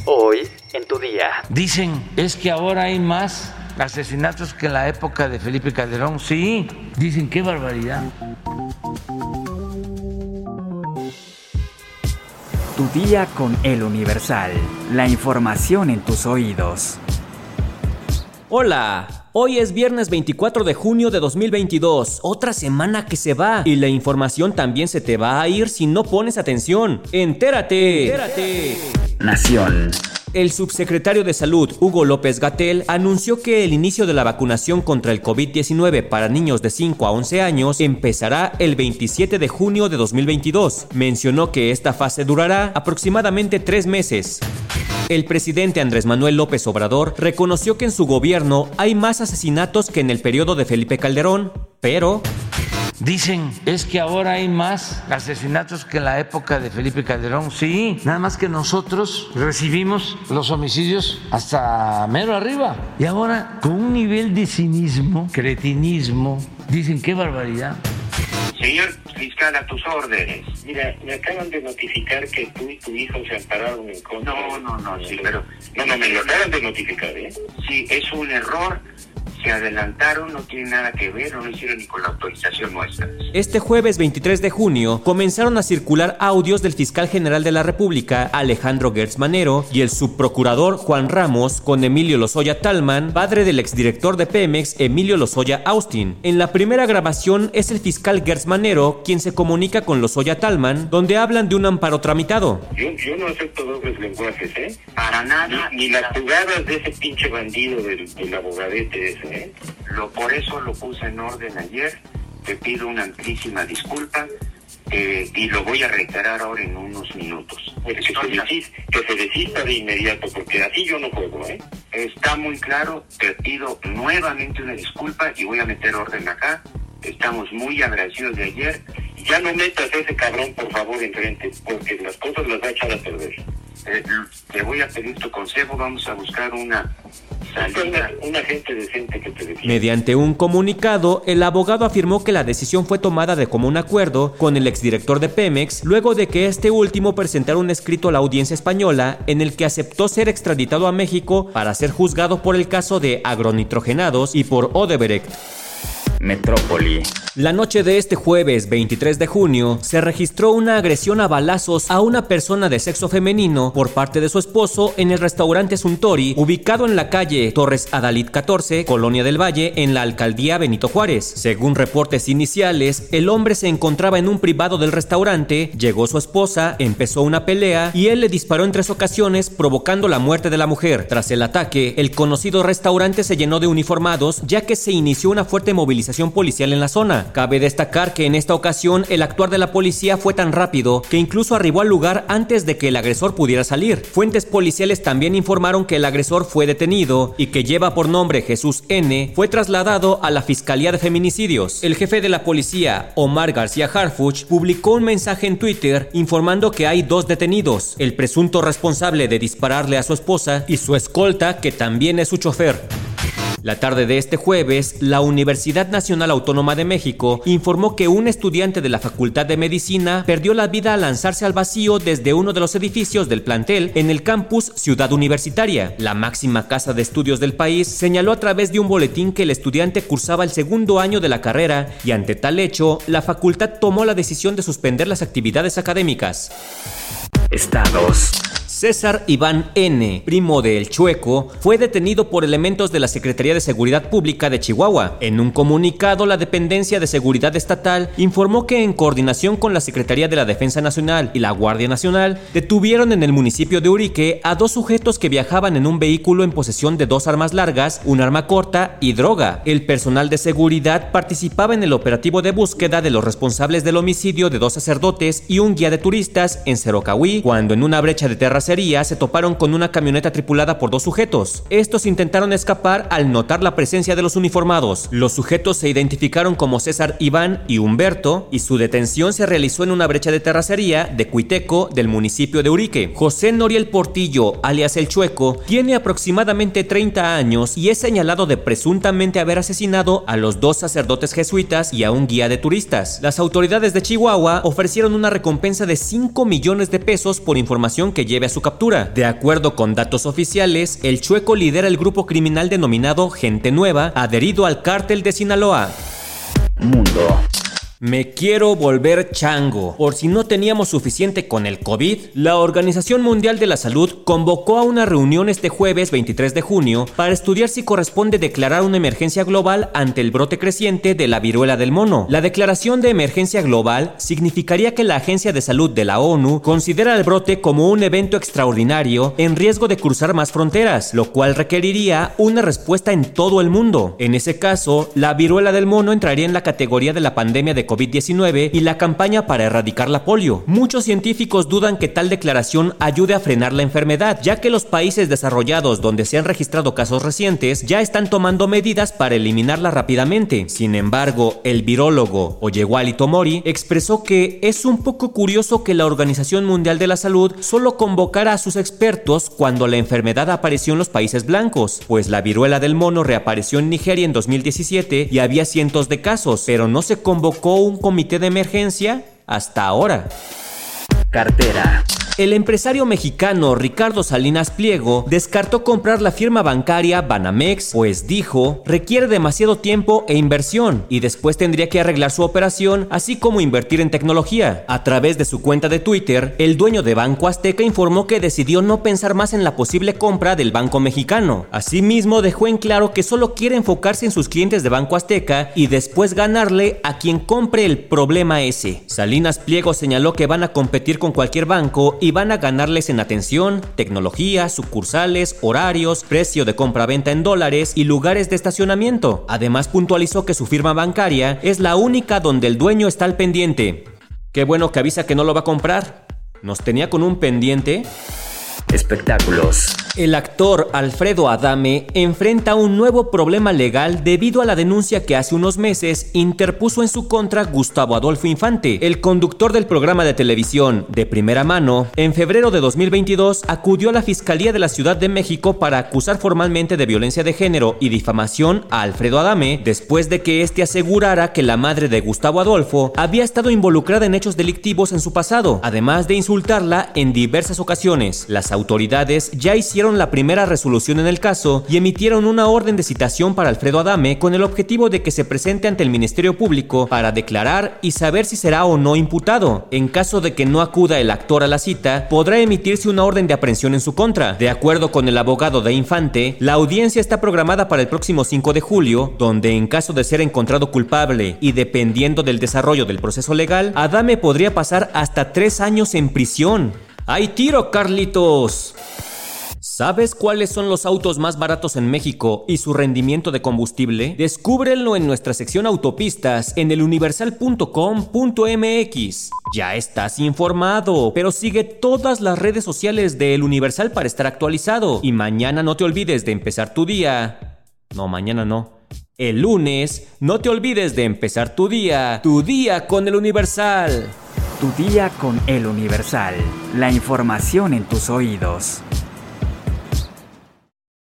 Hoy en tu día. Dicen, es que ahora hay más asesinatos que en la época de Felipe Calderón. Sí, dicen, qué barbaridad. Tu día con El Universal. La información en tus oídos. Hola, hoy es viernes 24 de junio de 2022, otra semana que se va y la información también se te va a ir si no pones atención. ¡Entérate! Nación. El subsecretario de Salud, Hugo López-Gatell, anunció que el inicio de la vacunación contra el COVID-19 para niños de 5 a 11 años empezará el 27 de junio de 2022. Mencionó que esta fase durará aproximadamente 3 meses. El presidente Andrés Manuel López Obrador reconoció que en su gobierno hay más asesinatos que en el periodo de Felipe Calderón, pero... Dicen, es que ahora hay más asesinatos que en la época de Felipe Calderón. Sí, nada más que nosotros recibimos los homicidios hasta mero arriba. Y ahora, con un nivel de cinismo, cretinismo, dicen, qué barbaridad. Señor fiscal, a tus órdenes. Mira, me acaban de notificar que tú y tu hijo se ampararon en contra. No, sí, pero... No, me lo acaban de notificar, ¿eh? Sí, es un error. Se adelantaron, no tiene nada que ver, no lo hicieron ni con la autorización nuestra. Este jueves 23 de junio comenzaron a circular audios del fiscal general de la República, Alejandro Gertz Manero, y el subprocurador Juan Ramos con Emilio Lozoya Tallman, padre del exdirector de Pemex, Emilio Lozoya Austin. En la primera grabación es el fiscal Gertz Manero quien se comunica con Lozoya Tallman, donde hablan de un amparo tramitado. Yo no acepto dobles lenguajes, ¿eh? Para nada. Ni las jugadas de ese pinche bandido del abogadete ese, ¿eh? Por eso lo puse en orden ayer. Te pido una amplísima disculpa y lo voy a reiterar ahora en unos minutos. Que se desista de inmediato, porque así yo no puedo, ¿eh? Está muy claro, te pido nuevamente una disculpa y voy a meter orden acá. Estamos muy agradecidos de ayer. Ya no metas a ese cabrón, por favor, enfrente, porque las cosas las va a echar a perder. Te voy a pedir tu consejo, vamos a buscar una gente decente que te defienda. Mediante un comunicado, el abogado afirmó que la decisión fue tomada de común acuerdo con el exdirector de Pemex, luego de que este último presentara un escrito a la audiencia española en el que aceptó ser extraditado a México para ser juzgado por el caso de agronitrogenados y por Odebrecht. Metrópoli. La noche de este jueves 23 de junio se registró una agresión a balazos a una persona de sexo femenino por parte de su esposo en el restaurante Suntory, ubicado en la calle Torres Adalid 14, Colonia del Valle, en la alcaldía Benito Juárez. Según reportes iniciales, el hombre se encontraba en un privado del restaurante, llegó su esposa, empezó una pelea y él le disparó en 3 ocasiones, provocando la muerte de la mujer. Tras el ataque, el conocido restaurante se llenó de uniformados, ya que se inició una fuerte movilización policial en la zona. Cabe destacar que en esta ocasión el actuar de la policía fue tan rápido que incluso arribó al lugar antes de que el agresor pudiera salir. Fuentes policiales también informaron que el agresor fue detenido y que lleva por nombre Jesús N. fue trasladado a la Fiscalía de Feminicidios. El jefe de la policía, Omar García Harfuch, publicó un mensaje en Twitter informando que hay 2 detenidos, el presunto responsable de dispararle a su esposa y su escolta, que también es su chofer. La tarde de este jueves, la Universidad Nacional Autónoma de México informó que un estudiante de la Facultad de Medicina perdió la vida al lanzarse al vacío desde uno de los edificios del plantel en el campus Ciudad Universitaria. La máxima casa de estudios del país señaló a través de un boletín que el estudiante cursaba el 2º año de la carrera y ante tal hecho, la facultad tomó la decisión de suspender las actividades académicas. Estados. César Iván N., primo de El Chueco, fue detenido por elementos de la Secretaría de Seguridad Pública de Chihuahua. En un comunicado, la Dependencia de Seguridad Estatal informó que en coordinación con la Secretaría de la Defensa Nacional y la Guardia Nacional, detuvieron en el municipio de Urique a 2 sujetos que viajaban en un vehículo en posesión de 2 armas largas, un arma corta y droga. El personal de seguridad participaba en el operativo de búsqueda de los responsables del homicidio de 2 sacerdotes y un guía de turistas en Cerocahuí, cuando en una brecha de terracería se toparon con una camioneta tripulada por 2 sujetos. Estos intentaron escapar al notar la presencia de los uniformados. Los sujetos se identificaron como César Iván y Humberto y su detención se realizó en una brecha de terracería de Cuiteco del municipio de Urique. José Noriel Portillo, alias El Chueco, tiene aproximadamente 30 años y es señalado de presuntamente haber asesinado a los 2 sacerdotes jesuitas y a un guía de turistas. Las autoridades de Chihuahua ofrecieron una recompensa de 5 millones de pesos por información que lleve a su su captura. De acuerdo con datos oficiales, el chueco lidera el grupo criminal denominado Gente Nueva, adherido al cártel de Sinaloa. Mundo. Me quiero volver chango. Por si no teníamos suficiente con el COVID, la Organización Mundial de la Salud convocó a una reunión este jueves 23 de junio para estudiar si corresponde declarar una emergencia global ante el brote creciente de la viruela del mono. La declaración de emergencia global significaría que la Agencia de Salud de la ONU considera el brote como un evento extraordinario en riesgo de cruzar más fronteras, lo cual requeriría una respuesta en todo el mundo. En ese caso, la viruela del mono entraría en la categoría de la pandemia de COVID-19 y la campaña para erradicar la polio. Muchos científicos dudan que tal declaración ayude a frenar la enfermedad, ya que los países desarrollados donde se han registrado casos recientes ya están tomando medidas para eliminarla rápidamente. Sin embargo, el virólogo Oyewale Tomori expresó que es un poco curioso que la Organización Mundial de la Salud solo convocara a sus expertos cuando la enfermedad apareció en los países blancos, pues la viruela del mono reapareció en Nigeria en 2017 y había cientos de casos, pero no se convocó un comité de emergencia hasta ahora. Cartera. El empresario mexicano Ricardo Salinas Pliego descartó comprar la firma bancaria Banamex, pues dijo, requiere demasiado tiempo e inversión y después tendría que arreglar su operación, así como invertir en tecnología. A través de su cuenta de Twitter, el dueño de Banco Azteca informó que decidió no pensar más en la posible compra del banco mexicano. Asimismo, dejó en claro que solo quiere enfocarse en sus clientes de Banco Azteca y después ganarle a quien compre el problema ese. Salinas Pliego señaló que van a competir con cualquier banco y van a ganarles en atención, tecnología, sucursales, horarios, precio de compra-venta en dólares y lugares de estacionamiento. Además, puntualizó que su firma bancaria es la única donde el dueño está al pendiente. Qué bueno que avisa que no lo va a comprar. ¿Nos tenía con un pendiente? Espectáculos. El actor Alfredo Adame enfrenta un nuevo problema legal debido a la denuncia que hace unos meses interpuso en su contra Gustavo Adolfo Infante. El conductor del programa de televisión De Primera Mano, en febrero de 2022, acudió a la Fiscalía de la Ciudad de México para acusar formalmente de violencia de género y difamación a Alfredo Adame, después de que este asegurara que la madre de Gustavo Adolfo había estado involucrada en hechos delictivos en su pasado, además de insultarla en diversas ocasiones. Las autoridades ya hicieron la primera resolución en el caso y emitieron una orden de citación para Alfredo Adame con el objetivo de que se presente ante el Ministerio Público para declarar y saber si será o no imputado. En caso de que no acuda el actor a la cita, podrá emitirse una orden de aprehensión en su contra. De acuerdo con el abogado de Infante, la audiencia está programada para el próximo 5 de julio, donde en caso de ser encontrado culpable y dependiendo del desarrollo del proceso legal, Adame podría pasar hasta 3 años en prisión. ¡Hay tiro, Carlitos! ¿Sabes cuáles son los autos más baratos en México y su rendimiento de combustible? Descúbrelo en nuestra sección autopistas en eluniversal.com.mx. Ya estás informado, pero sigue todas las redes sociales de El Universal para estar actualizado. Y mañana no te olvides de empezar tu día. No, mañana no. El lunes, no te olvides de empezar tu día con El Universal. Tu día con El Universal. La información en tus oídos.